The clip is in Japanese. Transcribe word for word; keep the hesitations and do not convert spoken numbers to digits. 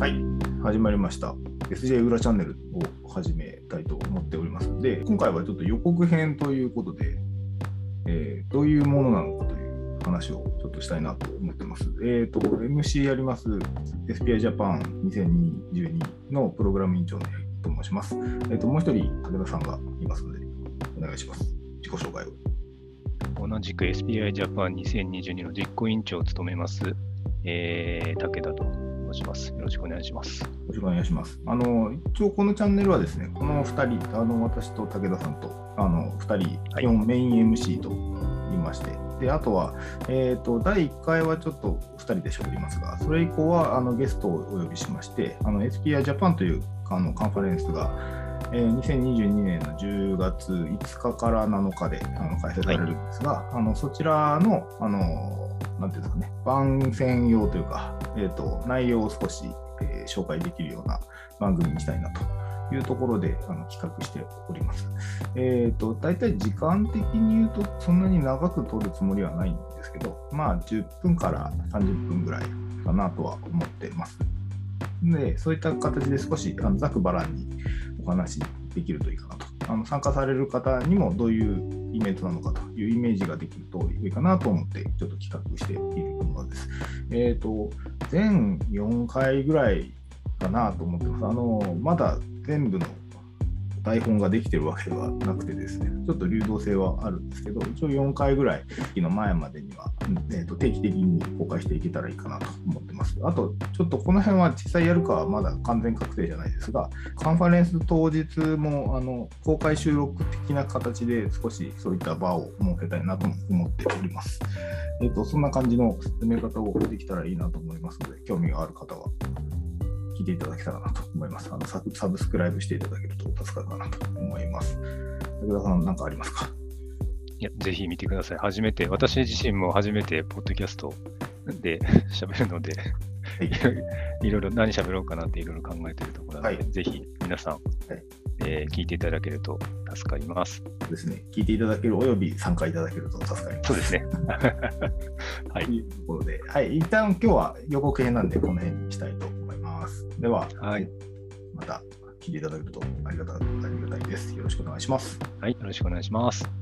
はい、始まりました。エスジェー 裏チャンネルを始めたいと思っておりますので、今回はちょっと予告編ということで、えー、どういうものなのかという話をちょっとしたいなと思ってます。えっと、エムシー やります エスピーアイ ジャパンにせんにじゅうにのプログラム委員長の八木と申します。えっと、もう一人、武田さんがいますので、お願いします。自己紹介を。 同じく エスピーアイ ジャパンにせんにじゅうにの実行委員長を務めます、えー、武田と申します。よろしくお願いします。よろしくお願いします。あの一応このチャンネルはですね、このふたり、あの私と武田さんとあのふたり、基本メイン エムシー と言いまして、はい、であとは、えーと、だいいっかいはちょっとふたりで喋りますが、それ以降はあのゲストをお呼びしまして、あの エスピーアイ ジャパンというあのカンファレンスが、えー、にせんにじゅうにねんのじゅうがついつかからなのかであの開催されるんですが、はい、あのそちらの、あのなんていうんですかね、番宣用というか、えーと、内容を少し、えー、紹介できるような番組にしたいなというところであの企画しております。えーと、だいたい時間的に言うとそんなに長く撮るつもりはないんですけど、まあじゅっぷんからさんじゅっぷんぐらいかなとは思ってます。で、そういった形で少しあのざくばらんにお話できるといいかなと。あの参加される方にもどういうイベントなのかというイメージができるといいかなと思ってちょっと企画しているものです。えっと、全よんかいぐらいかなと思ってます。あの、まだ全部の台本ができてるわけではなくてですね、ちょっと流動性はあるんですけど、一応よんかいぐらいの前までには、えーと、定期的に公開していけたらいいかなと思ってます。あと、ちょっとこの辺は実際やるかはまだ完全確定じゃないですが、カンファレンス当日もあの公開収録的な形で少しそういった場を設けたいなと思っております。えーと、そんな感じの進め方をできたらいいなと思いますので、興味がある方は聞いていただけたらなと思います。あのサブ、サブスクライブしていただけると助かるかなと思います。武田さん、何かありますか？ いや、ぜひ見てください。初めて、私自身も初めてポッドキャストで喋るので、はい、いろいろ何喋ろうかなっていろいろ考えているところなので、はい、ぜひ皆さん、はいえー、聞いていただけると助かります。 そうですね。聞いていただけるおよび参加いただけると助かります。 そうですね。はい。 というところで、はい、一旦今日は予告編なんでこの辺にしたいと思います。では、はい、また聞いていただけるとありがたいです。よろしくお願いします。 はい、よろしくお願いします。